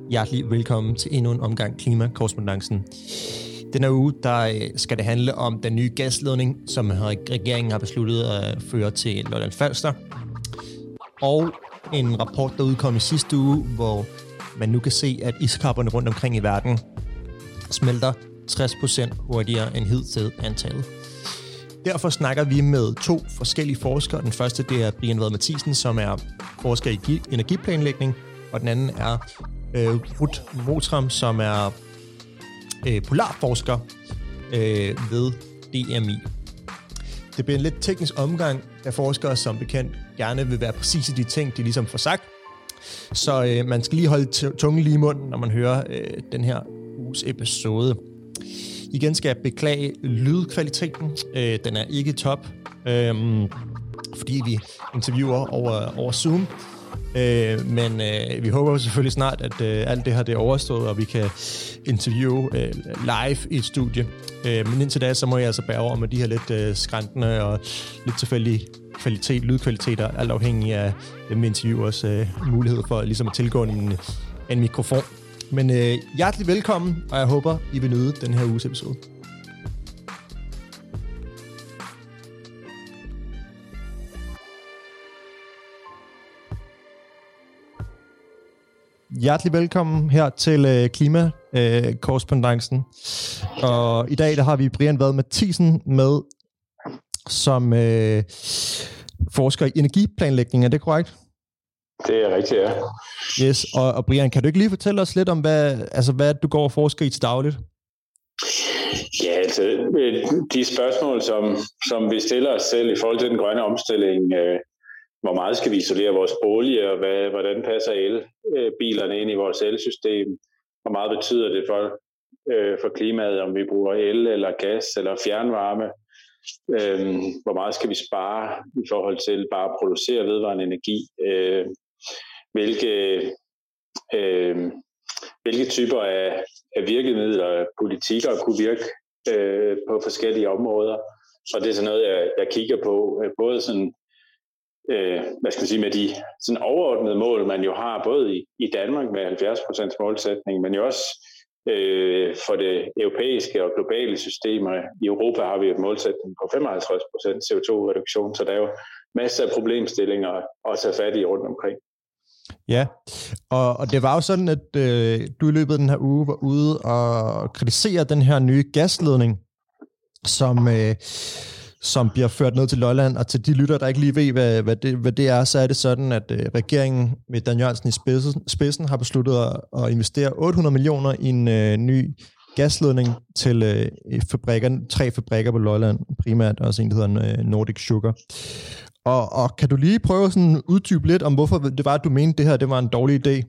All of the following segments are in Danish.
Hjertelig velkommen til endnu en omgang Klimakorrespondancen. Denne uge der skal det handle om den nye gasledning, som regeringen har besluttet at føre til Lolland Falster. Og en rapport, der udkom i sidste uge, hvor man nu kan se, at iskapperne rundt omkring i verden smelter 60% hurtigere end hidtil antaget. Derfor snakker vi med to forskellige forskere. Den første det er Brian Vad Mathisen, som er forsker i energiplanlægning, og den anden er Ruth Mottram, som er polarforsker ved DMI. Det bliver en lidt teknisk omgang af forskere, som bekendt gerne vil være præcise de ting, de ligesom får sagt. Så man skal lige holde tungen lige i munden, når man hører den her uges episode. Igen skal jeg beklage lydkvaliteten. Den er ikke top, fordi vi interviewer over Zoom. Men vi håber selvfølgelig snart, at alt det her det er overstået, og vi kan interviewe live i et studie. Men indtil da, så må jeg altså bære over med de her lidt skræntende og lidt tilfældige lydkvaliteter, alt afhængig af dem vi interviewers mulighed for ligesom at tilgå en mikrofon. Men hjertelig velkommen, og jeg håber, I vil nyde den her uges episode. Hjertelig velkommen her til Klimakorrespondancen. Og i dag der har vi Brian Vad Mathisen med, som forsker i energiplanlægning. Er det korrekt? Det er rigtigt, ja. Yes, og Brian, kan du ikke lige fortælle os lidt om, hvad du går og forsker i til dagligt? Ja, altså de spørgsmål, som vi stiller os selv i forhold til den grønne omstilling, hvor meget skal vi isolere vores bolig, og hvordan passer elbilerne ind i vores elsystem? Hvor meget betyder det for klimaet, om vi bruger el eller gas eller fjernvarme? Hvor meget skal vi spare i forhold til bare at producere vedvarende energi? Hvilke typer af virkemidler og politikker kunne virke på forskellige områder? Og det er sådan noget, jeg kigger på, både sådan med de sådan overordnede mål, man jo har, både i Danmark med 70% målsætning, men jo også for det europæiske og globale systemer. I Europa har vi et målsætning på 55% CO2-reduktion, så der er jo masser af problemstillinger at tage fat i rundt omkring. Ja, og det var jo sådan, at du i løbet af den her uge var ude og kritisere den her nye gasledning, som bliver ført ned til Lolland, og til de lytter, der ikke lige ved, hvad det er, så er det sådan, at regeringen med Dan Jørgensen i spidsen har besluttet at investere 800 millioner i en ny gasledning til tre fabrikker på Lolland, primært også en, der hedder Nordic Sugar. Og kan du lige prøve sådan uddybe lidt om, hvorfor det var, at du mente, det her det var en dårlig idé?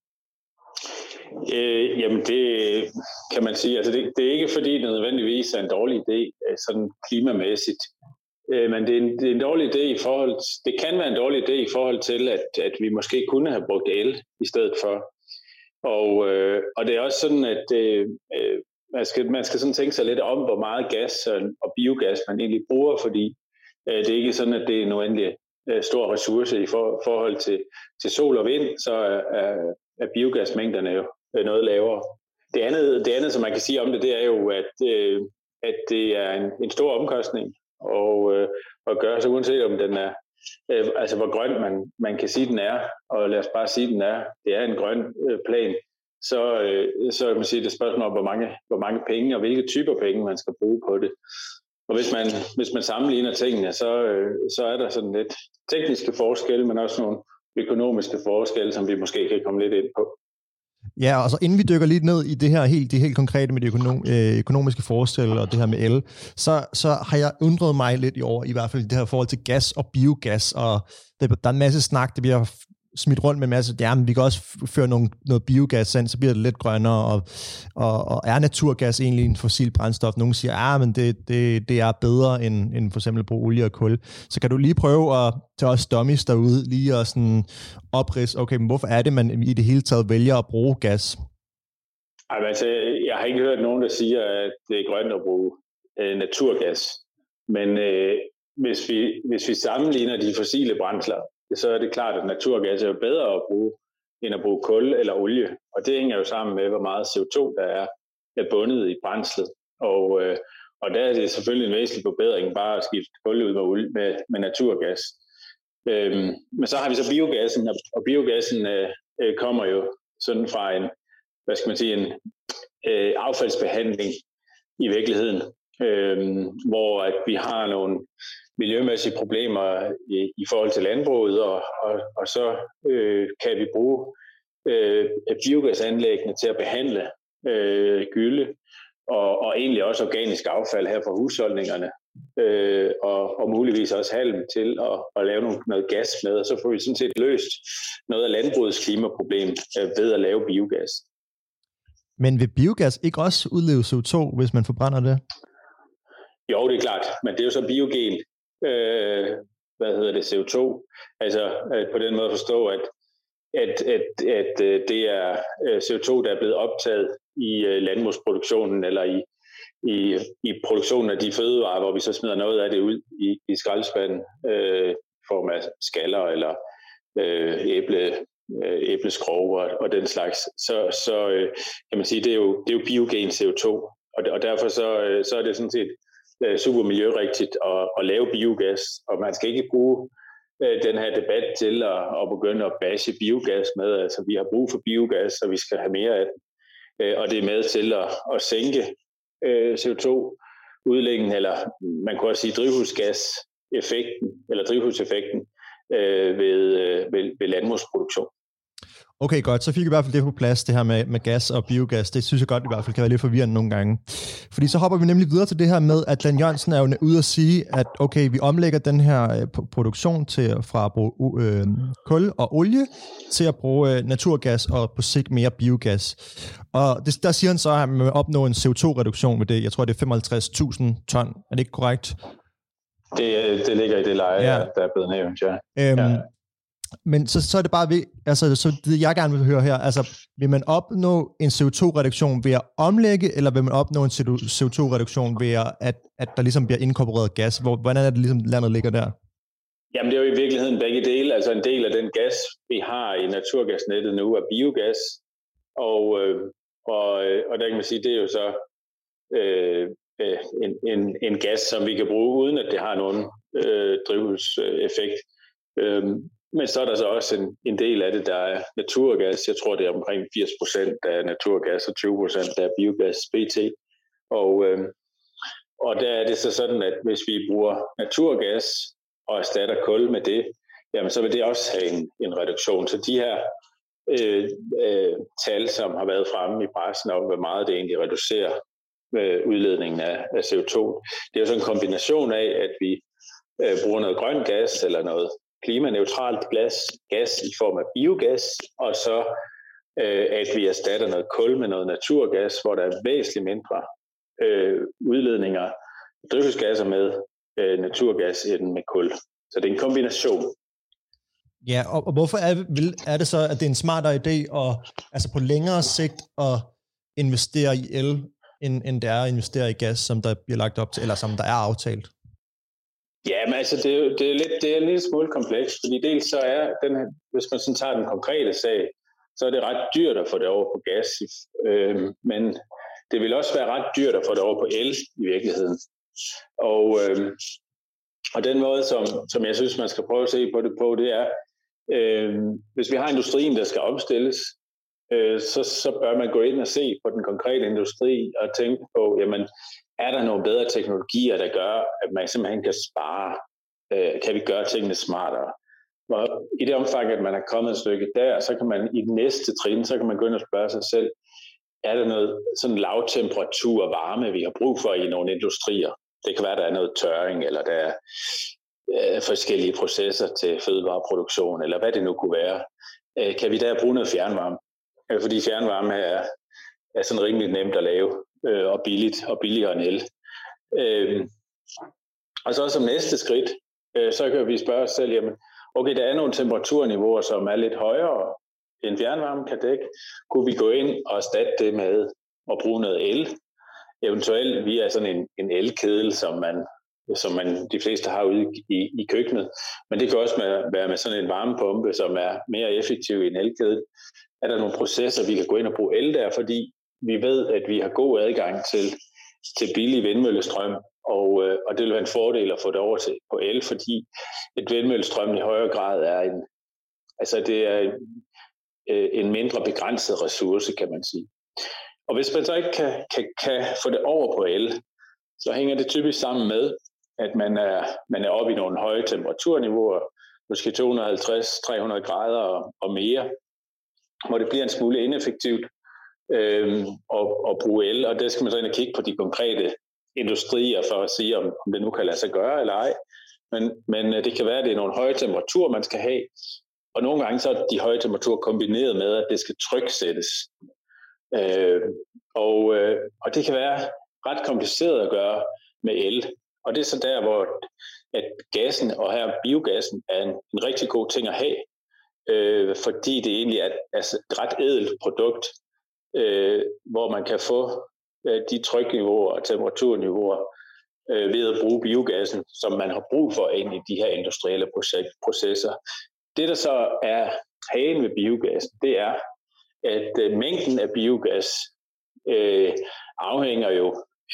Jamen det kan man sige. Altså det er ikke fordi det nødvendigvis er en dårlig idé sådan klimamæssigt, men det er en dårlig idé i forhold. Det kan være en dårlig idé i forhold til at vi måske kunne have brugt el i stedet for. Og det er også sådan at man skal sådan tænke sig lidt om, hvor meget gas og biogas man egentlig bruger, fordi det er ikke sådan at det er en uendelig stor ressource i forhold til sol og vind, så er biogasmængderne jo noget lavere. Det andet, som man kan sige om det er jo, at det er en stor omkostning at gøre, så uanset om den er, altså hvor grøn man kan sige, den er, og lad os bare sige, den er, det er en grøn plan, så kan man sige, det er spørgsmål om, hvor mange penge og hvilke typer penge man skal bruge på det. Og hvis man sammenligner tingene, så er der sådan lidt tekniske forskelle, men også nogle økonomiske forskelle, som vi måske kan komme lidt ind på. Ja, og så inden vi dykker lidt ned i det helt konkrete med de økonomiske forskelle og det her med el, så har jeg undret mig lidt i hvert fald det her forhold til gas og biogas, og der er en masse snak, det bliver smidt rundt med en masse, men vi kan også føre noget biogas ind, så bliver det lidt grønnere, og er naturgas egentlig en fossil brændstof? Nogle siger, men det er bedre end for eksempel bruge olie og kul. Så kan du lige prøve at tage os dummies derude, lige at sådan opridse, okay, men hvorfor er det, man i det hele taget vælger at bruge gas? Altså, jeg har ikke hørt nogen, der siger, at det er grønt at bruge naturgas. Men hvis vi sammenligner de fossile brændsler, så er det klart, at naturgas er bedre at bruge end at bruge kul eller olie. Og det hænger jo sammen med, hvor meget CO2 der er bundet i brændslet. Og der er det selvfølgelig en væsentlig forbedring bare at skifte kul ud med naturgas. Men så har vi så biogassen, og biogassen kommer jo sådan fra en affaldsbehandling i virkeligheden, hvor at vi har nogle miljømæssige problemer i forhold til landbruget, og så kan vi bruge biogasanlæggene til at behandle gylde og egentlig også organisk affald her fra husholdningerne, og muligvis også halm til at lave noget gas med, og så får vi sådan set løst noget af landbrugets klimaproblem ved at lave biogas. Men vil biogas ikke også udlede CO2, hvis man forbrænder det? Jo, det er klart, men det er jo så biogen. CO2. Altså på den måde forstå, at det er CO2, der er blevet optaget i landbrugsproduktionen eller i produktionen af de fødevarer, hvor vi så smider noget af det ud i skraldespanden i form af skaller eller æbleskrog og den slags. Så kan man sige, det er jo biogen CO2, og derfor så er det sådan set super miljørigtigt at lave biogas, og man skal ikke bruge den her debat til at begynde at bashe biogas med. Altså, vi har brug for biogas, og vi skal have mere af den. Og det er med til at sænke CO2-udlægningen, eller man kunne også sige drivhuseffekten ved landbrugsproduktion. Okay, godt. Så fik vi i hvert fald det på plads, det her med gas og biogas. Det synes jeg godt i hvert fald kan være lidt forvirrende nogle gange. Fordi så hopper vi nemlig videre til det her med, at Dan Jørgensen er jo ude at sige, at okay, vi omlægger den her produktion fra at bruge kul og olie til at bruge naturgas og på sigt mere biogas. Og der siger han så, at man vil opnå en CO2-reduktion med det. Jeg tror, det er 55.000 ton. Er det ikke korrekt? Det ligger i det leje, der er blevet nævnt, ja. Men så er det bare så det jeg gerne vil høre her, altså vil man opnå en CO2-reduktion ved at omlægge, eller vil man opnå en CO2-reduktion ved at der ligesom bliver inkorporeret gas? Hvordan er det ligesom landet ligger der? Jamen det er jo i virkeligheden begge dele, altså en del af den gas, vi har i naturgasnettet nu er biogas, og der kan man sige, det er jo så en gas, som vi kan bruge, uden at det har nogen drivhuseffekt. Men så er der så også en del af det, der er naturgas. Jeg tror, det er omkring 80% af naturgas og 20% der er biogas BT. Og der er det så sådan, at hvis vi bruger naturgas og erstatter kul med det, jamen så vil det også have en reduktion. Så de her tal, som har været fremme i pressen om, hvor meget det egentlig reducerer udledningen af CO2, det er jo sådan en kombination af, at vi bruger noget grøn gas eller noget klimaneutralt gas i form af biogas, og så at vi erstatter noget kul med noget naturgas, hvor der er væsentligt mindre udledninger drivhusgasser med naturgas end med kul. Så det er en kombination. Ja, og hvorfor er det så, at det er en smartere idé altså på længere sigt at investere i el, end det er at investere i gas, som der bliver lagt op til, eller som der er aftalt? Ja, men altså det er en lille smule komplekst, fordi dels så er den her, hvis man sådan tager den konkrete sag, så er det ret dyrt at få det over på gas, men det vil også være ret dyrt at få det over på el i virkeligheden. Og den måde, som jeg synes, man skal prøve at se på det er, hvis vi har industrien, der skal omstilles, så bør man gå ind og se på den konkrete industri og tænke på, jamen, er der nogle bedre teknologier, der gør, at man simpelthen kan spare? Kan vi gøre tingene smartere? Og i det omfang, at man er kommet et stykke der, så kan man i den næste trin, så kan man gå ind og spørge sig selv, er der noget sådan lavtemperatur og varme, vi har brug for i nogle industrier? Det kan være, der er noget tørring, eller der er forskellige processer til fødevareproduktion, eller hvad det nu kunne være. Kan vi der bruge noget fjernvarme? Fordi fjernvarme er sådan rimelig nemt at lave, og billigt, og billigere end el. Og så som næste skridt, så kan vi spørge os selv, jamen, okay, der er nogle temperaturniveauer, som er lidt højere end fjernvarme kan dække. Kunne vi gå ind og erstatte det med at bruge noget el? Eventuelt via sådan en elkedel, som man som de fleste har ude i køkkenet. Men det kan også være med sådan en varmepumpe, som er mere effektiv i en elkedel. Er der nogle processer, vi kan gå ind og bruge el der, fordi vi ved, at vi har god adgang til billig vindmøllestrøm, og det vil være en fordel at få det over på el, fordi et vindmøllestrøm i højere grad er en mindre begrænset ressource, kan man sige. Og hvis man så ikke kan få det over på el, så hænger det typisk sammen med, at man er oppe i nogle høje temperaturniveauer, måske 250-300 grader og mere, hvor det bliver en smule ineffektivt at bruge el, og der skal man så ind og kigge på de konkrete industrier for at sige, om det nu kan lade sig gøre eller ej. Men det kan være, at det er nogle høje temperaturer, man skal have, og nogle gange så er de høje temperaturer kombineret med, at det skal tryksættes. Og det kan være ret kompliceret at gøre med el. Og det er så der, hvor at gassen, og her biogassen, er en rigtig god ting at have, fordi det egentlig er et ret ædelt produkt, hvor man kan få de trykniveauer og temperaturniveauer ved at bruge biogassen, som man har brug for ind i de her industrielle processer. Det, der så er hagen ved biogassen, det er, at mængden af biogas afhænger jo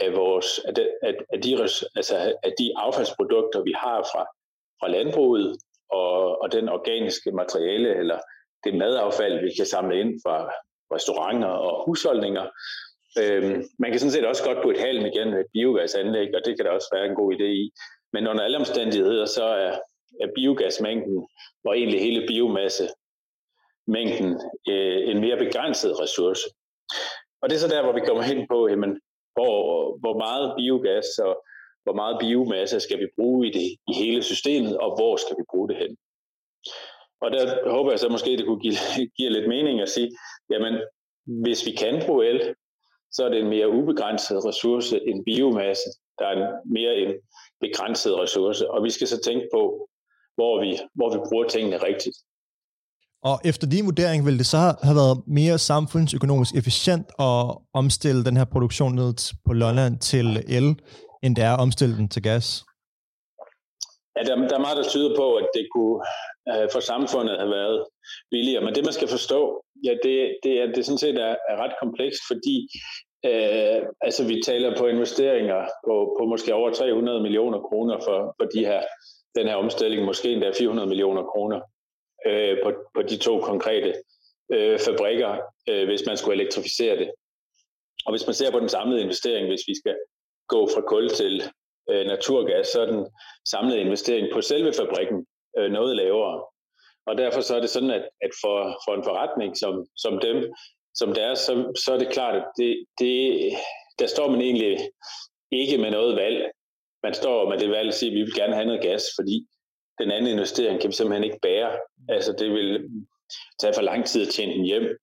af de affaldsprodukter, vi har fra landbruget, og den organiske materiale, eller det madaffald, vi kan samle ind fra restauranter og husholdninger. Man kan sådan set også godt putte halm igen med et biogasanlæg, og det kan der også være en god idé i. Men under alle omstændigheder, så er biogasmængden, og egentlig hele biomassemængden, en mere begrænset ressource. Og det er så der, hvor vi kommer hen på, jamen, hvor meget biogas og hvor meget biomasse skal vi bruge i hele systemet, og hvor skal vi bruge det hen. Og der håber jeg så måske, det kunne give lidt mening at sige, jamen, hvis vi kan bruge el, så er det en mere ubegrænset ressource end biomasse, der er mere en begrænset ressource. Og vi skal så tænke på, hvor vi bruger tingene rigtigt. Og efter din vurdering, ville det så have været mere samfundsøkonomisk efficient at omstille den her produktion ned på Lolland til el, end det er at omstille den til gas? Ja, der er meget, der tyder på, at det kunne for samfundet have været billigere. Men det, man skal forstå, ja, det sådan set er ret komplekst, fordi vi taler på investeringer på måske over 300 millioner kroner for den her omstilling, måske endda 400 millioner kroner på de to konkrete fabrikker, hvis man skulle elektrificere det. Og hvis man ser på den samlede investering, hvis vi skal gå fra kul til naturgas, så er den samlede investering på selve fabrikken noget lavere. Og derfor så er det sådan, at for en forretning som det er, så er det klart, at der står man egentlig ikke med noget valg. Man står med det valg at sige, at vi vil gerne have noget gas, fordi den anden investering kan vi simpelthen ikke bære. Altså det vil tage for lang tid at tjene den hjem.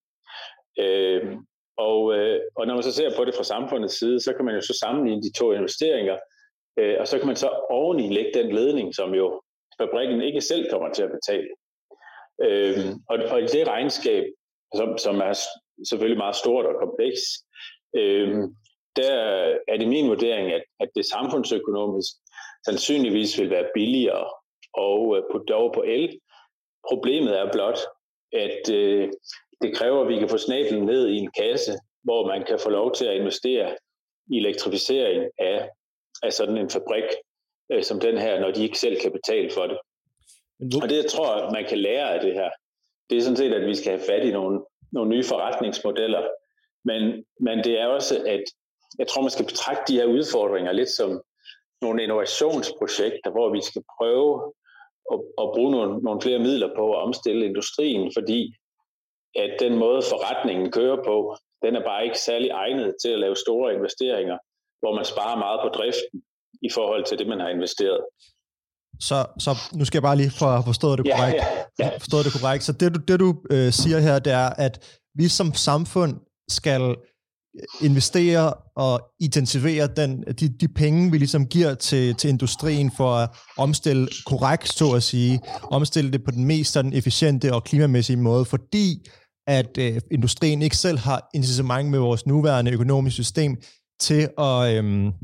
Og når man så ser på det fra samfundets side, så kan man jo så sammenligne de to investeringer, og så kan man så oveni lægge den ledning, som jo fabrikken ikke selv kommer til at betale. Og i det regnskab, som er selvfølgelig meget stort og kompleks, der er det min vurdering, at det samfundsøkonomisk sandsynligvis vil være billigere og putte over på el. Problemet er blot, at det kræver, at vi kan få snablen ned i en kasse, hvor man kan få lov til at investere i elektrificering af sådan en fabrik som den her, når de ikke selv kan betale for det. Og det, jeg tror, man kan lære af det her, det er sådan set, at vi skal have fat i nogle nye forretningsmodeller. Men det er også, at jeg tror, man skal betragte de her udfordringer lidt som nogle innovationsprojekter, hvor vi skal prøve at bruge nogle flere midler på at omstille industrien, fordi at den måde forretningen kører på, den er bare ikke særlig egnet til at lave store investeringer, hvor man sparer meget på driften i forhold til det, man har investeret. Så nu skal jeg bare lige forstå det korrekt. Forstå det korrekt. Så det du siger her, det er, at vi som samfund skal investere og intensivere de penge, vi ligesom giver til industrien for at omstille korrekt, så at sige, omstille det på den mest sådan efficiente og klimamæssige måde, fordi at industrien ikke selv har incitament med vores nuværende økonomiske system til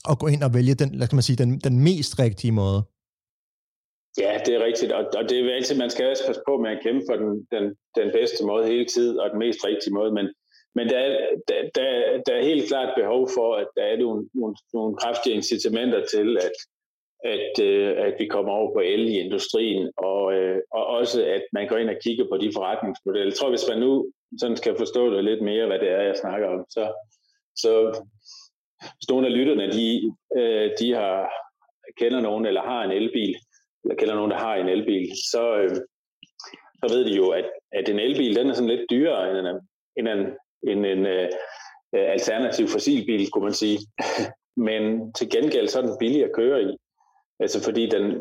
at gå ind og vælge den mest rigtige måde. Ja, det er rigtigt, og det er altid, man skal også passe på med at kæmpe for den bedste måde hele tiden, og den mest rigtige måde, men der er helt klart behov for, at der er nogle kraftige incitamenter til, at vi kommer over på el i industrien, og også, at man går ind og kigger på de forretningsmodeller. Jeg tror, hvis man nu sådan skal forstå det lidt mere, hvad det er, jeg snakker om, så hvis nogle af lytterne, de kender nogen, eller har en elbil, eller kender nogen, der har en elbil, så ved de jo, at en elbil, den er sådan lidt dyrere end en alternativ fossilbil, kunne man sige. Men til gengæld så er den billig at køre i. Altså fordi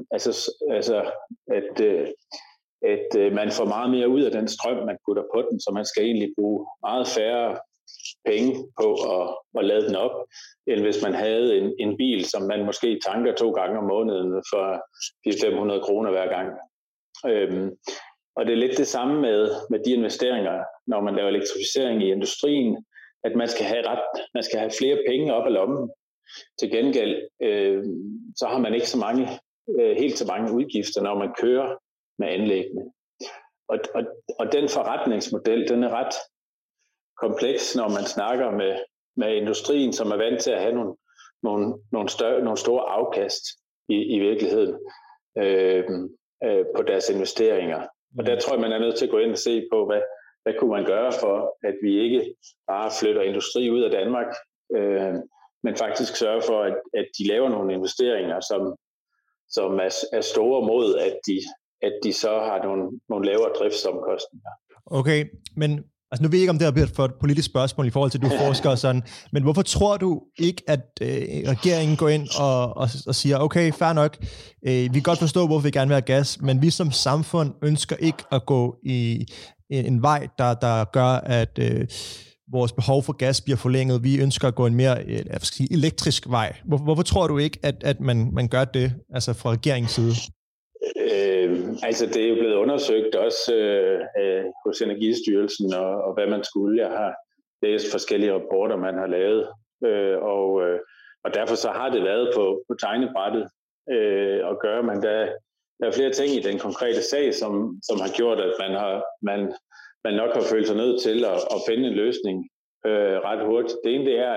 at man får meget mere ud af den strøm, man putter på den, så man skal egentlig bruge meget færre penge på at lade den op, end hvis man havde en bil, som man måske tanker 2 gange om måneden for 400-500 kroner hver gang. Og det er lidt det samme med de investeringer, når man laver elektrificering i industrien, at man skal have flere penge op af lommen. Til gengæld så har man ikke helt så mange udgifter, når man kører med anlæggene. Og den forretningsmodel, den er ret kompleks, når man snakker med industrien, som er vant til at have nogle store afkast i virkeligheden på deres investeringer. Og der tror jeg, man er nødt til at gå ind og se på, hvad kunne man gøre for, at vi ikke bare flytter industri ud af Danmark, men faktisk sørge for, at de laver nogle investeringer, som er store mod, at de så har nogle lavere driftsomkostninger. Okay, men nu ved jeg ikke, om det har blevet for et politisk spørgsmål i forhold til, at du forsker og sådan, men hvorfor tror du ikke, at regeringen går ind og siger, okay, fair nok, vi kan godt forstå, hvorfor vi gerne vil have gas, men vi som samfund ønsker ikke at gå i en vej, der gør, at vores behov for gas bliver forlænget. Vi ønsker at gå en mere elektrisk vej. Hvorfor tror du ikke, at man gør det, altså fra regeringens side? Altså det er jo blevet undersøgt også hos Energistyrelsen og hvad man skulle. Jeg har læst forskellige rapporter, man har lavet, og derfor så har det været på tegnebrættet at gøre. Men der er flere ting i den konkrete sag, som har gjort, at man nok har følt sig nødt til at finde en løsning ret hurtigt. Det ene det er,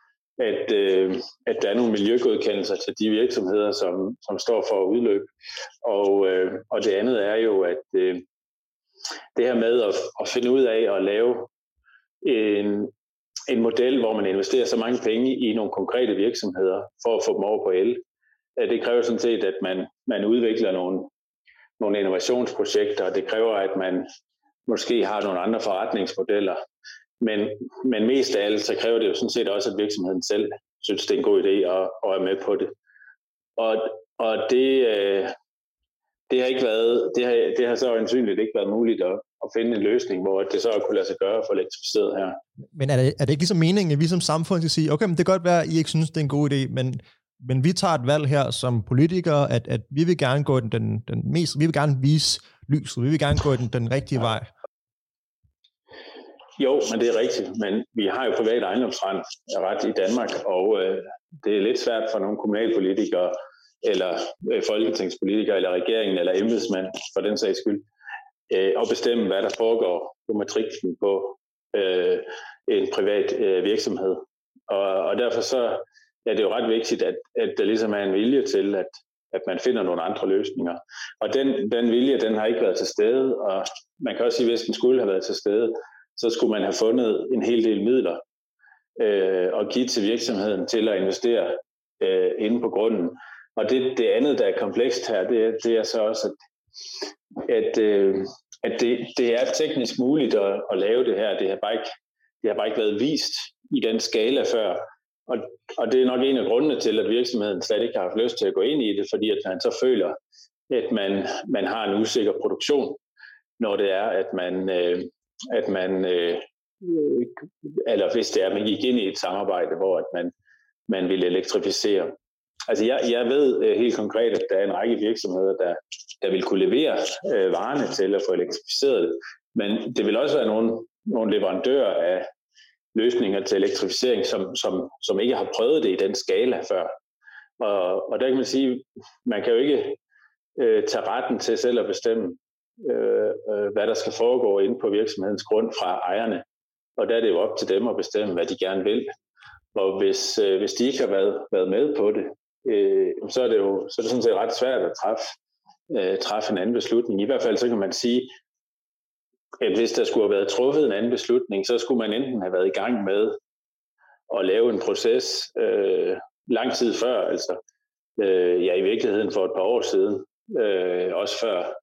at der er nogle miljøgodkendelser til de virksomheder, som står for at udløbe. Og det andet er jo, at det her med at finde ud af at lave en model, hvor man investerer så mange penge i nogle konkrete virksomheder for at få dem over på el, det kræver sådan set, at man udvikler nogle innovationsprojekter, og det kræver, at man måske har nogle andre forretningsmodeller. Men mest af alt, så kræver det jo sådan set også, at virksomheden selv synes, det er en god idé og er med på det. Og det har ikke været, det har så øjensynligt ikke været muligt at finde en løsning, hvor det så kunne lade sig gøre for elektrificeret her. Men er det ikke ligesom meningen, at vi som samfund skal sige, okay, men det kan godt være, at I ikke synes, det er en god idé, men vi tager et valg her som politikere, at vi vil gerne gå vi vil gerne vise lyset, vi vil gerne gå den rigtige vej. Jo, men det er rigtigt, men vi har jo privat ejendomsret i Danmark, og det er lidt svært for nogle kommunalpolitikere, eller folketingspolitikere, eller regeringen, eller embedsmænd, for den sags skyld, at bestemme, hvad der foregår på matriklen på en privat virksomhed. Og derfor så er det jo ret vigtigt, at der ligesom er en vilje til, at man finder nogle andre løsninger. Og den vilje, den har ikke været til stede, og man kan også sige, at hvis den skulle have været til stede, så skulle man have fundet en hel del midler og give til virksomheden til at investere inde på grunden. Og det andet, der er komplekst her, det er så også, at det er teknisk muligt at lave det her. Det har bare ikke været vist i den skala før. Og det er nok en af grundene til, at virksomheden slet ikke har haft lyst til at gå ind i det, fordi at man så føler, at man har en usikker produktion, når det er, at man eller hvis det er, at man gik ind i et samarbejde, hvor at man ville elektrificere. Altså jeg ved helt konkret, at der er en række virksomheder, der vil kunne levere varerne til at få elektrificeret det. Men det vil også være nogle leverandører løsninger til elektrificering, som ikke har prøvet det i den skala før. Og der kan man sige, man kan jo ikke tage retten til selv at bestemme, hvad der skal foregå inde på virksomhedens grund fra ejerne. Og der er det jo op til dem at bestemme, hvad de gerne vil. Og hvis de ikke har været med på det, så er det sådan set ret svært at træffe en anden beslutning. I hvert fald så kan man sige, at hvis der skulle have været truffet en anden beslutning, så skulle man enten have været i gang med at lave en proces lang tid før, altså i virkeligheden for et par år siden, også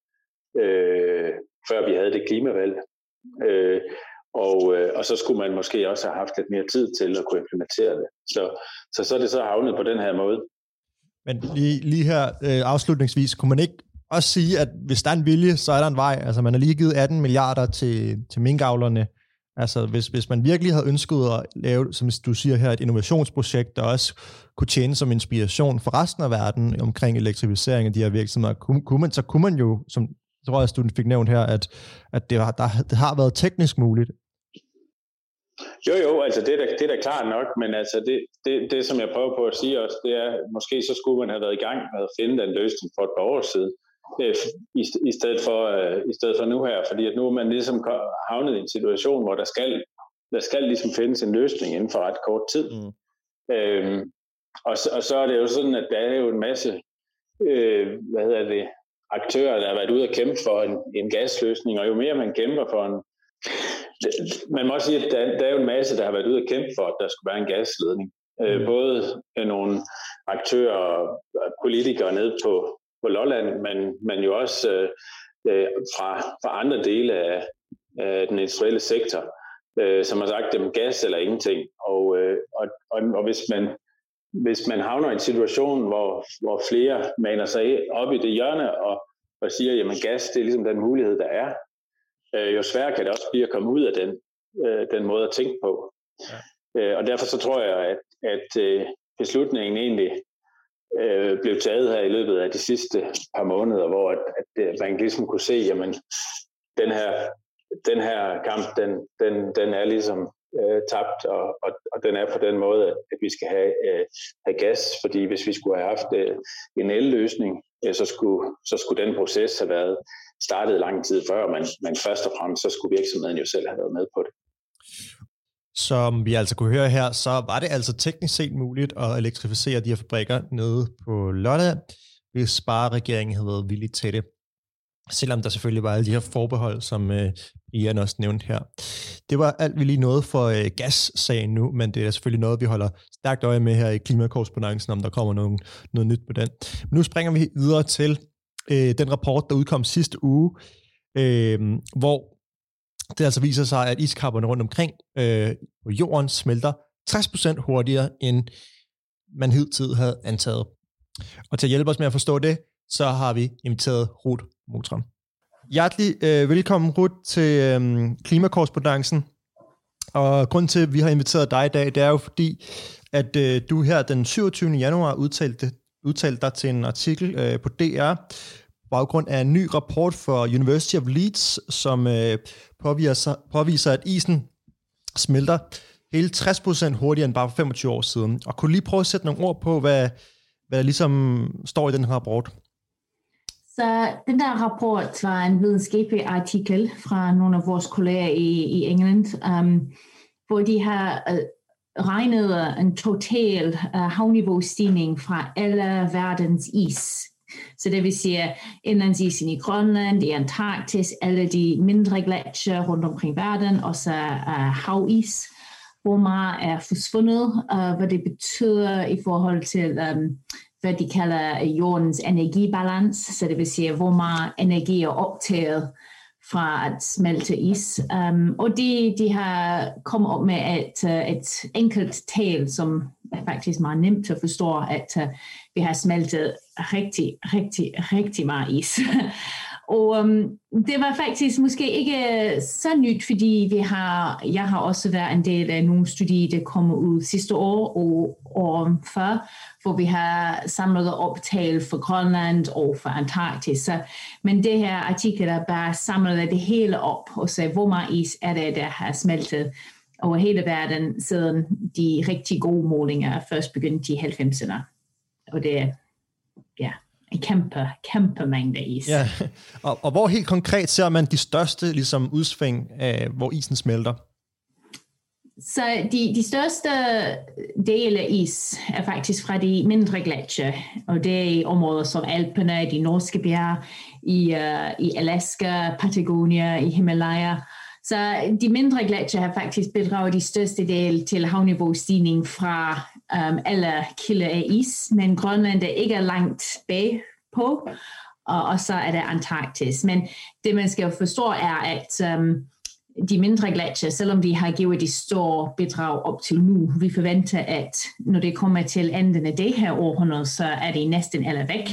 før vi havde det klimavalg. Og så skulle man måske også have haft lidt mere tid til at kunne implementere det. Så er det så havnet på den her måde. Men lige her afslutningsvis, kunne man ikke også sige, at hvis der er en vilje, så er der en vej? Altså man har lige givet 18 milliarder til minkavlerne. Altså hvis man virkelig havde ønsket at lave, som du siger her, et innovationsprojekt, der også kunne tjene som inspiration for resten af verden omkring elektrificering af de her virksomheder, kunne man jo, som jeg tror jeg, du fik nævnt her, at det har været teknisk muligt. Jo, altså det er da klart nok, men altså det som jeg prøver på at sige også, det er, måske så skulle man have været i gang med at finde den løsning for et par år siden, i stedet for nu her, fordi at nu er man ligesom havnet i en situation, hvor der skal ligesom findes en løsning inden for ret kort tid. Og så er det jo sådan, at der er jo en masse aktører, der har været ude at kæmpe for en gasløsning, og jo mere man kæmper for man må også sige, at der er jo en masse, der har været ude at kæmpe for, at der skulle være en gasledning. Både nogle aktører og politikere nede på Lolland, men jo også fra andre dele af den industrielle sektor, som har sagt, dem gas eller ingenting. Og hvis man havner i en situation, hvor flere maner sig op i det hjørne og siger, jamen gas, det er ligesom den mulighed, der er, jo sværere kan det også blive at komme ud af den måde at tænke på. Ja. Og derfor så tror jeg, at beslutningen egentlig blev taget her i løbet af de sidste par måneder, hvor at man ligesom kunne se, jamen den her kamp, den er ligesom tabt, og den er på den måde, at vi skal have gas, fordi hvis vi skulle have haft en el-løsning, så skulle den proces have været startet lang tid før, men først og fremmest så skulle virksomheden jo selv have været med på det. Som vi altså kunne høre her, så var det altså teknisk set muligt at elektrificere de her fabrikker nede på Lolland, hvis bare regeringen havde været villig til det. Selvom der selvfølgelig var alle de her forbehold, som Ian også nævnte her. Det var alt, vi lige nåede for gassagen nu, men det er selvfølgelig noget, vi holder stærkt øje med her i klimakorrespondancen, om der kommer noget nyt på den. Men nu springer vi videre til den rapport, der udkom sidste uge, hvor det altså viser sig, at iskapperne rundt omkring på jorden smelter 60% hurtigere, end man hidtil havde antaget. Og til at hjælpe os med at forstå det, så har vi inviteret Ruth Mottram. Hjertelig velkommen, Ruth, til klimakorrespondancen. Og grunden til, at vi har inviteret dig i dag, det er jo fordi, at du her den 27. januar udtalte dig til en artikel på DR, på baggrund af en ny rapport for University of Leeds, som påviser, at isen smelter hele 60% hurtigere end bare for 25 år siden. Og kunne lige prøve at sætte nogle ord på, hvad der ligesom står i den her rapport? Så den der rapport var en videnskabelig artikel fra nogle af vores kolleger i England, hvor de har regnet en total havniveaustigning fra alle verdens is. Så det vil sige indlandsisen i Grønland, i Antarktis, alle de mindre gletsjer rundt omkring verden, og så havis, hvor meget er forsvundet, hvad det betyder i forhold til hvad de kalder jordens energibalans, så det vil sige, hvor meget energi er optaget fra at smelte is. Og de har kommet op med et enkelt tal, som er faktisk meget nemt at forstå, at vi har smeltet rigtig meget is. Og det var faktisk måske ikke så nyt, fordi jeg har også været en del af nogle studier, der kommer ud sidste år og året før, hvor vi har samlet optal for Grønland og for Antarktis. Men det her artikel er bare samlet det hele op og så hvor meget is er det, der har smeltet over hele verden, siden de rigtig gode målinger først begyndte i 90'erne. Og det er en kæmpe mængde is. Ja, og hvor helt konkret ser man de største ligesom, udsving, hvor isen smelter? Så de største dele af is er faktisk fra de mindre gletsjer, og det er i områder som Alperne, de norske bjerge, i Alaska, Patagonia, i Himalaya. Så de mindre gletsjer har faktisk bidraget de største del til havniveaustigning fra alle kilder af is, men Grønland er ikke langt bag på, og så er det Antarktis. Men det man skal forstå er, at de mindre gletsjer, selvom de har givet de store bidrag op til nu, vi forventer, at når det kommer til enden af det her århundrede, så er de næsten alle væk.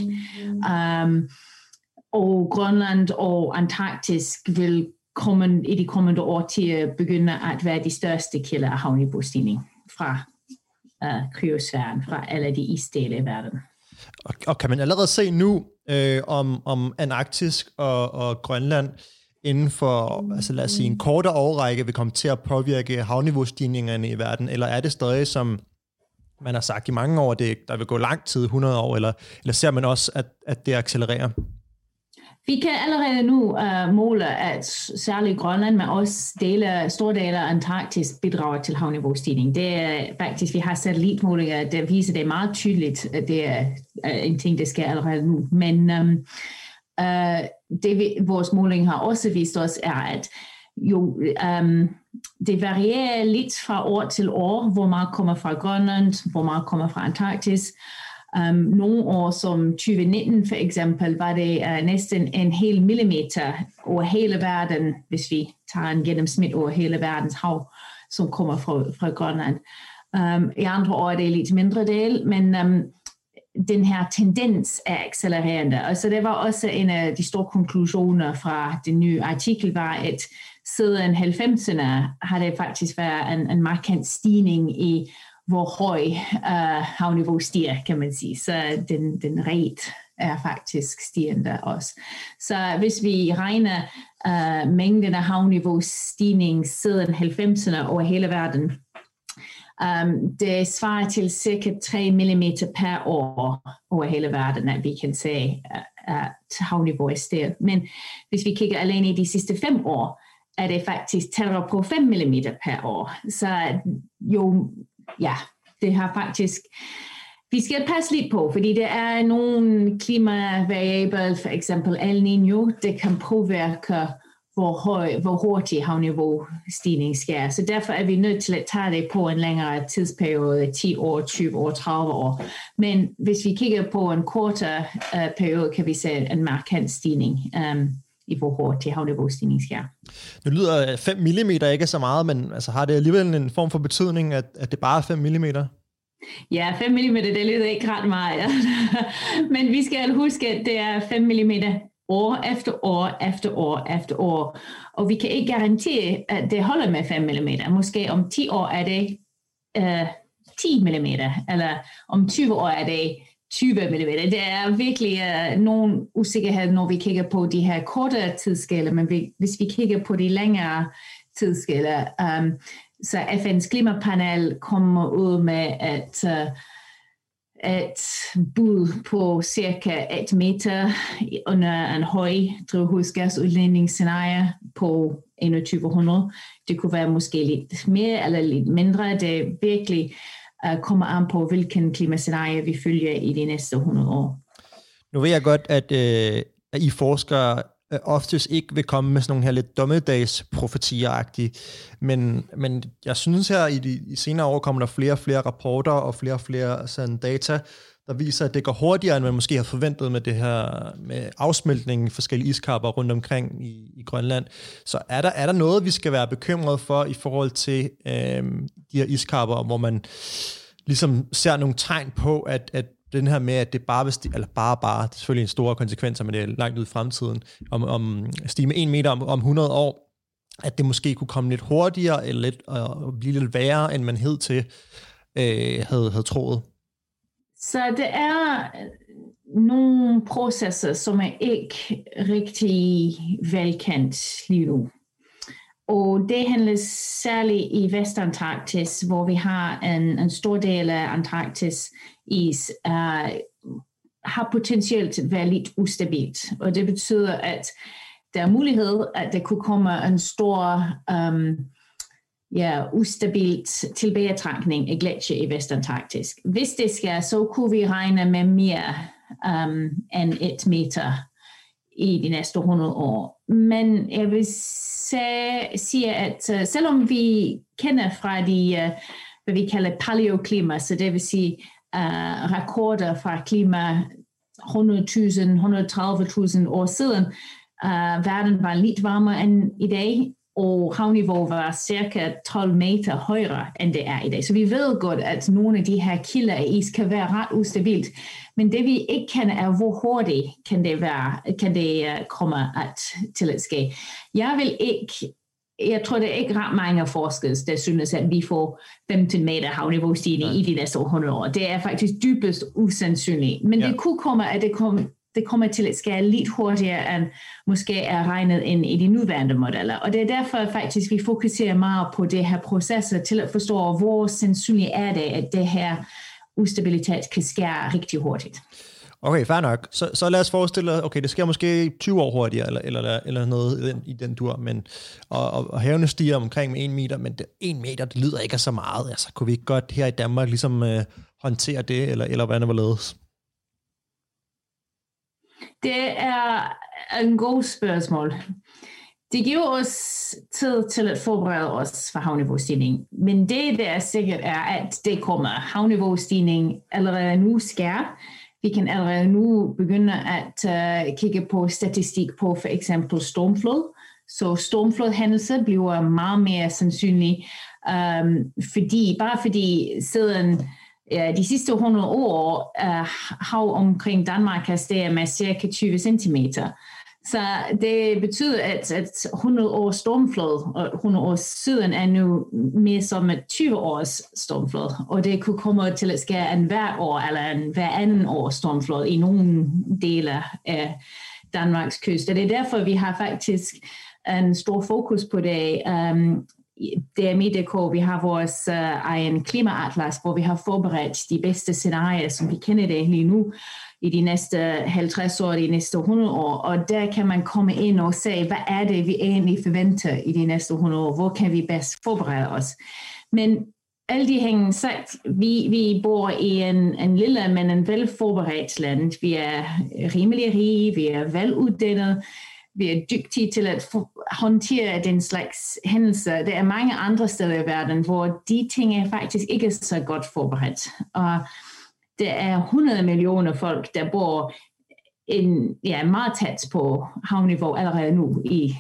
Og Grønland og Antarktis vil i de kommende årtier begynde at være de største kilder af havniveaustigning fra kryosfæren, fra alle de isdele i verden. Og kan man allerede se nu, om Antarktis og Grønland inden for, altså lad os sige, en kortere årrække vil komme til at påvirke havniveaustigningerne i verden, eller er det stadig, som man har sagt i mange år, der vil gå lang tid, 100 år, eller ser man også, at det accelererer? Vi kan allerede nu måle, at særligt Grønland, men også store dele af Antarktis bidrager til havniveaustigning. Det er faktisk, vi har satellitmålinger, der viser det meget tydeligt, at det er en ting, der sker allerede nu. Men det vores måling har også vist os, er, at det varierer lidt fra år til år, hvor meget kommer fra Grønland, hvor meget kommer fra Antarktis. Nogle år som 2019 for eksempel, var det næsten en hel millimeter over hele verden, hvis vi tager en gennemsnit over hele verdens hav, som kommer fra Grønland. I andre år er det lidt mindre del, men den her tendens er accelererende. Og så det var også en af de store konklusioner fra den nye artikel, var, at siden 90'erne har det faktisk været en markant stigning i hvor høj havniveau stiger, kan man sige. Så den rate er faktisk stigende også. Så hvis vi regner mængden af havniveau stigning siden 90'erne over hele verden, det svarer til cirka 3 mm per år over hele verden, at vi kan se, at havniveau er steget. Men hvis vi kigger alene i de sidste 5 år, er det faktisk tættere på 5 mm per år. Så det har faktisk, vi skal passe lidt på, fordi der er nogle klimavariabler, for eksempel El Niño, det kan påvirke, hvor hurtigt havniveaustigning sker. Så derfor er vi nødt til at tage det på en længere tidsperiode, 10 år, 20 år, 30 år. Men hvis vi kigger på en kortere periode, kan vi se en markant stigning i hvor hurtigt havniveaustigning sker. Nu lyder 5 mm ikke så meget, men altså, har det alligevel en form for betydning, at det bare er 5 mm? Ja, 5 mm, det lyder ikke ret meget. Men vi skal huske, at det er 5 mm år efter år efter år efter år. Og vi kan ikke garantere, at det holder med 5 mm. Måske om 10 år er det 10 mm, eller om 20 år er det 20 mm. Det er virkelig nogen usikkerhed, når vi kigger på de her kortere tidsskala, men hvis vi kigger på de længere tidsskala, så FN's klimapanel kommer ud med et bud på cirka 1 meter under en høj drivhusgasudledningsscenarie på 2100. Det kunne være måske lidt mere eller lidt mindre. Det virkelig kommer an på, hvilken klimascenarie vi følger i de næste 100 år. Nu ved jeg godt, at I forskere oftest ikke vil komme med sådan nogle her lidt dommedagsprofetier-agtige, men jeg synes her i de senere år kommer der flere og flere rapporter og flere sådan data, der viser, at det går hurtigere, end man måske har forventet med det her med afsmeltning i forskellige iskapper rundt omkring i Grønland. Så er der noget, vi skal være bekymret for i forhold til de her iskapper, hvor man ligesom ser nogle tegn på, at den her med, at det bare vil stige, eller bare, det er selvfølgelig en store konsekvenser, men det er langt ud i fremtiden, om stige med 1 meter om 100 år, at det måske kunne komme lidt hurtigere, eller blive lidt værre, end man hidtil havde troet. Så det er nogle processer, som er ikke rigtig velkendt lige nu. Og det handler særligt i Vestantarktis, hvor vi har en stor del af Antarktis is, har potentielt været lidt ustabilt. Og det betyder, at der er mulighed, at der kunne komme en stor ustabilt tilbagetrækning af gletsjer i Vestantarktis. Hvis det sker, så kunne vi regne med mere end 1 meter i de næste 100 år. Men jeg vil sige, at selvom vi kender fra de, hvad vi kalder paleoklima, så det vil sige rekorder fra klima 100.000, 130.000 år siden, verden var lidt varmere end i dag, og havniveau var cirka 12 meter højere, end det er i dag. Så vi ved godt, at nogle af de her kilder af is kan være ret ustabilt, men det vi ikke kan er, hvor hurtigt kan det komme til at ske. Jeg tror, det er ikke ret mange forskere, der synes, at vi får 15 meter havniveaustigning i de næste 100 år. Det er faktisk dybest usandsynligt. Men det kunne komme, at det kommer til at ske lidt hurtigere, end måske er regnet ind i de nuværende modeller. Og det er derfor faktisk, vi fokuserer meget på det her processer til at forstå, hvor sandsynligt er det, at det her ustabilitet kan ske rigtig hurtigt. Okay, fair nok. Så lad os forestille os, okay, det sker måske 20 år hurtigere, eller noget i den dur, men, og havene stiger omkring med 1 meter, men 1 meter, det lyder ikke af så meget. Altså, kunne vi ikke godt her i Danmark ligesom håndtere det, eller hvad det var ledes? Det er en god spørgsmål. Det giver os tid til at forberede os for havniveaustigning, men det, der er sikkert, er, at det kommer. Havniveaustigning allerede nu sker. Vi kan allerede nu begynde at kigge på statistik på for eksempel stormflod. Så stormflodhændelser bliver meget mere sandsynlige, fordi siden de sidste 100 år hav omkring Danmark har steget med cirka 20 centimeter. Så det betyder, at 100 års stormflod og 100 års siden er nu mere som et 20 års stormflod. Og det kunne komme til at ske en hver år eller hver anden års stormflod i nogle dele af Danmarks kyst. Og det er derfor, vi har faktisk en stor fokus på det. DMI.dk, vi har vores egen klimaatlas, hvor vi har forberedt de bedste scenarier, som vi kender det lige nu, i de næste 50 år, de næste 100 år. Og der kan man komme ind og se, hvad er det, vi egentlig forventer i de næste 100 år? Hvor kan vi bedst forberede os? Men alle de hænger sagt, vi bor i en lille, men en velforberedt land. Vi er rimelig rige, vi er veluddannet, vi er dygtige til at håndtere den slags hændelser. Der er mange andre steder i verden, hvor de ting er faktisk ikke så godt forberedt. Og der er 100 millioner folk, der bor meget tæt på havniveau allerede nu i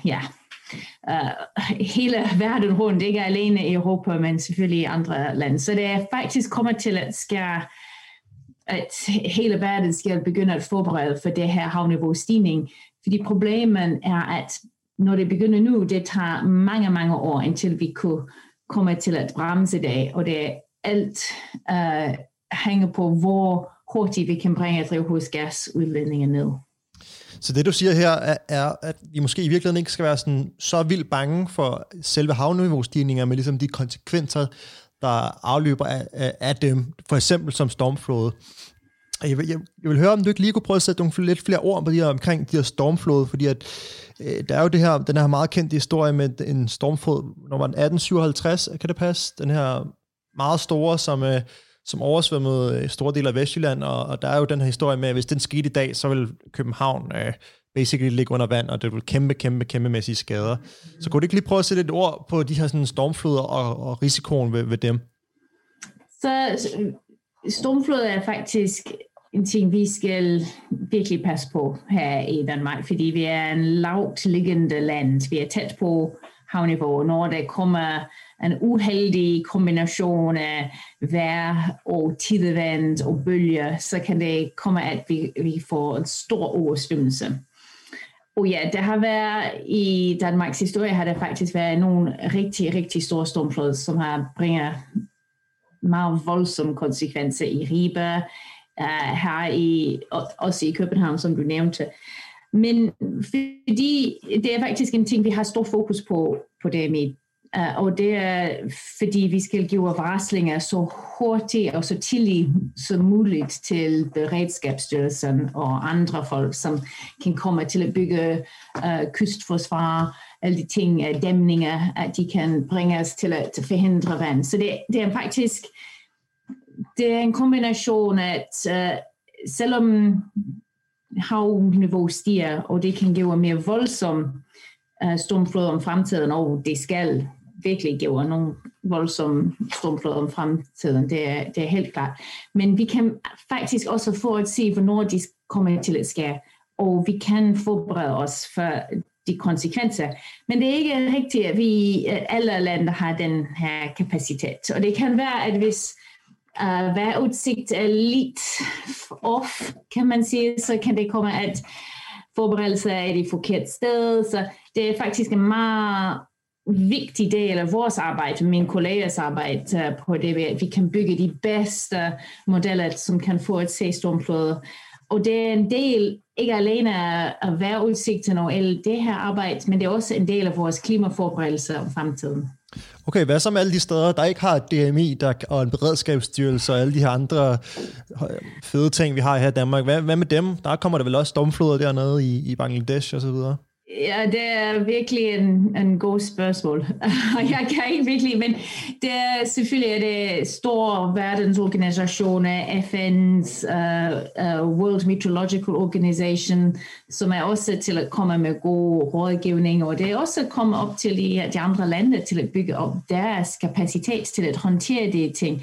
hele verden rundt. Ikke alene i Europa, men selvfølgelig i andre lande. Så det er faktisk kommer til at ske, at hele verden skal begynde at forberede for det her havniveaustigning. Fordi problemet er, at når det begynder nu, det tager mange, mange år, indtil vi kunne komme til at bremse det. Og det er alt hænger på, hvor hurtigt vi kan bringe drivhusgasudledningen ned. Så det, du siger her, er, at vi måske i virkeligheden ikke skal være så vildt bange for selve havniveaustigninger, med ligesom de konsekvenser, der afløber af dem, for eksempel som stormflod. Jeg vil høre, om du ikke lige kunne prøve at sætte nogle lidt flere ord på omkring de her stormflod, fordi at, der er jo den her meget kendte historie med en stormflod, når man 1857, kan det passe? Den her meget store, som oversvømmede store dele af Vestjylland, og der er jo den her historie med, at hvis den skete i dag, så vil København basically ligge under vand, og det vil kæmpemæssige skader. Så kunne du ikke lige prøve at sætte et ord på de her sådan stormfloder og risikoen ved dem? Så stormflod er faktisk en ting, vi skal virkelig passe på her i Danmark, fordi vi er en lavt liggende land. Vi er tæt på havniveau. Når der kommer en uheldig kombination af vejr og tidevand og bølger, så kan det komme, at vi får en stor oversvømmelse. Og ja, der har været i Danmarks historie, har der faktisk været nogle rigtig, rigtig store stormflod, som har bringet meget voldsomme konsekvenser i Ribe, her også i København, som du nævnte. Men fordi det er faktisk en ting, vi har stor fokus på DMI. Og det er, fordi vi skal give varslinger så hurtigt og så tidligt som muligt til Beredskabsstyrelsen og andre folk, som kan komme til at bygge kystforsvar, alle de ting, dæmninger, at de kan bringe os til at forhindre vand. Så det er faktisk det er en kombination, at selvom havniveau stiger, og det kan give mere voldsom stormflod om fremtiden, og det skal virkelig give nogle voldsomme stormflod om fremtiden, det er helt klart. Men vi kan faktisk også forudse, hvornår de kommer til at ske, og vi kan forberede os for de konsekvenser. Men det er ikke rigtigt, at alle lande har den her kapacitet. Og det kan være, at hvis vejrudsigt er lidt off, kan man sige, så kan det komme, at forberedelse er i det forkerte sted. Så det er faktisk en meget vigtig del af vores arbejde, mine kollegers arbejde på det, at vi kan bygge de bedste modeller, som kan få et stormflod. Og det er en del, ikke alene af vejrudsigten og alt det her arbejde, men det er også en del af vores klimaforberedelse om fremtiden. Okay, hvad så med alle de steder, der ikke har et DMI og en beredskabsstyrelse og alle de her andre fede ting, vi har her i Danmark? Hvad med dem? Der kommer der vel også stormfloder dernede i Bangladesh og så videre? Ja, det er virkelig en god spørgsmål. Jeg kan ikke virkelig, men det er selvfølgelig det store verdensorganisationer, FN's World Meteorological Organization, som er også til at komme med god rådgivning, og det er også kommet op til de andre lande til at bygge op deres kapacitet til at håndtere de ting.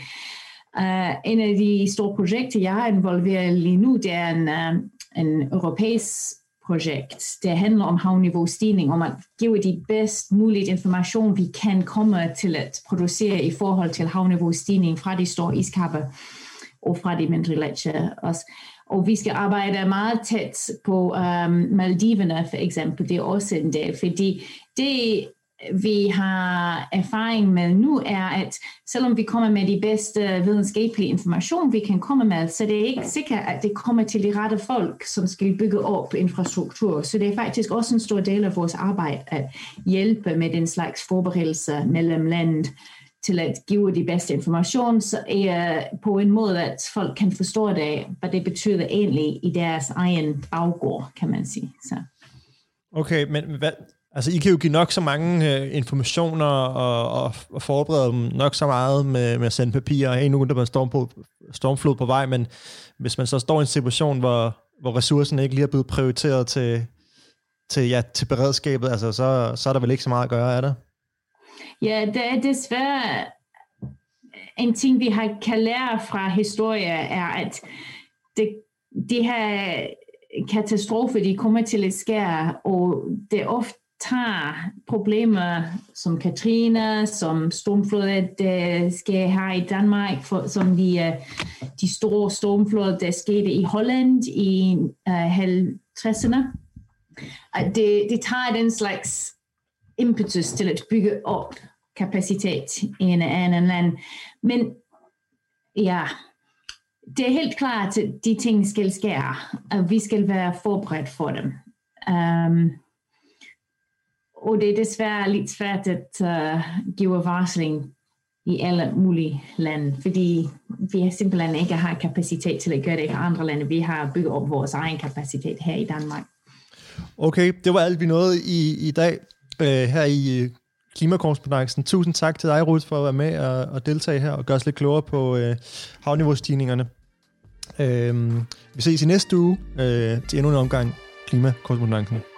En af de store projekter, jeg har involveret lige nu, det er en europæisk projekt. Det handler om havniveaustigning, om at give de bedst mulige information, vi kan komme til at producere i forhold til havniveaustigning fra de store iskapper og fra de mindre gletsjere også. Og vi skal arbejde meget tæt på Maldiverne, for eksempel. Det er også en del, fordi det vi har erfaring med nu er, at selvom vi kommer med de bedste videnskabelige information, vi kan komme med, så det er ikke sikkert, at det kommer til de rette folk, som skal bygge op infrastruktur. Så det er faktisk også en stor del af vores arbejde at hjælpe med den slags forberedelse mellem landet til at give de bedste information, så på en måde, at folk kan forstå det, hvad det betyder egentlig i deres egen baggård, kan man sige. Så. Okay, men hvad? Altså, I kan jo give nok så mange informationer og forberede dem nok så meget med at sende papirer. Hey, nu er der stormflod på vej, men hvis man så står i en situation, hvor ressourcerne ikke lige er blevet prioriteret til beredskabet, altså, så er der vel ikke så meget at gøre, er der? Ja, det er desværre en ting, vi kan lære fra historie, er, at de her katastrofer, de kommer til at ske, og det ofte tager problemer som Katrina, som stormfloder, der sker her i Danmark, som de store stormfloder, der skete i Holland i 50'erne. Det tager den slags impetus til at bygge op kapacitet i en anden land. Men ja, det er helt klart, at de ting skal ske, og vi skal være forberedt for dem. Og det er desværre lidt svært at give varsling i alle mulige lande, fordi vi simpelthen ikke har kapacitet til at gøre det i andre lande. Vi har bygget op vores egen kapacitet her i Danmark. Okay, det var alt vi nåede i dag her i Klimakorrespondancen. Tusind tak til dig, Ruth, for at være med og deltage her og gøre os lidt klogere på havniveaustigningerne. Vi ses i næste uge til endnu en omgang Klimakorrespondancen.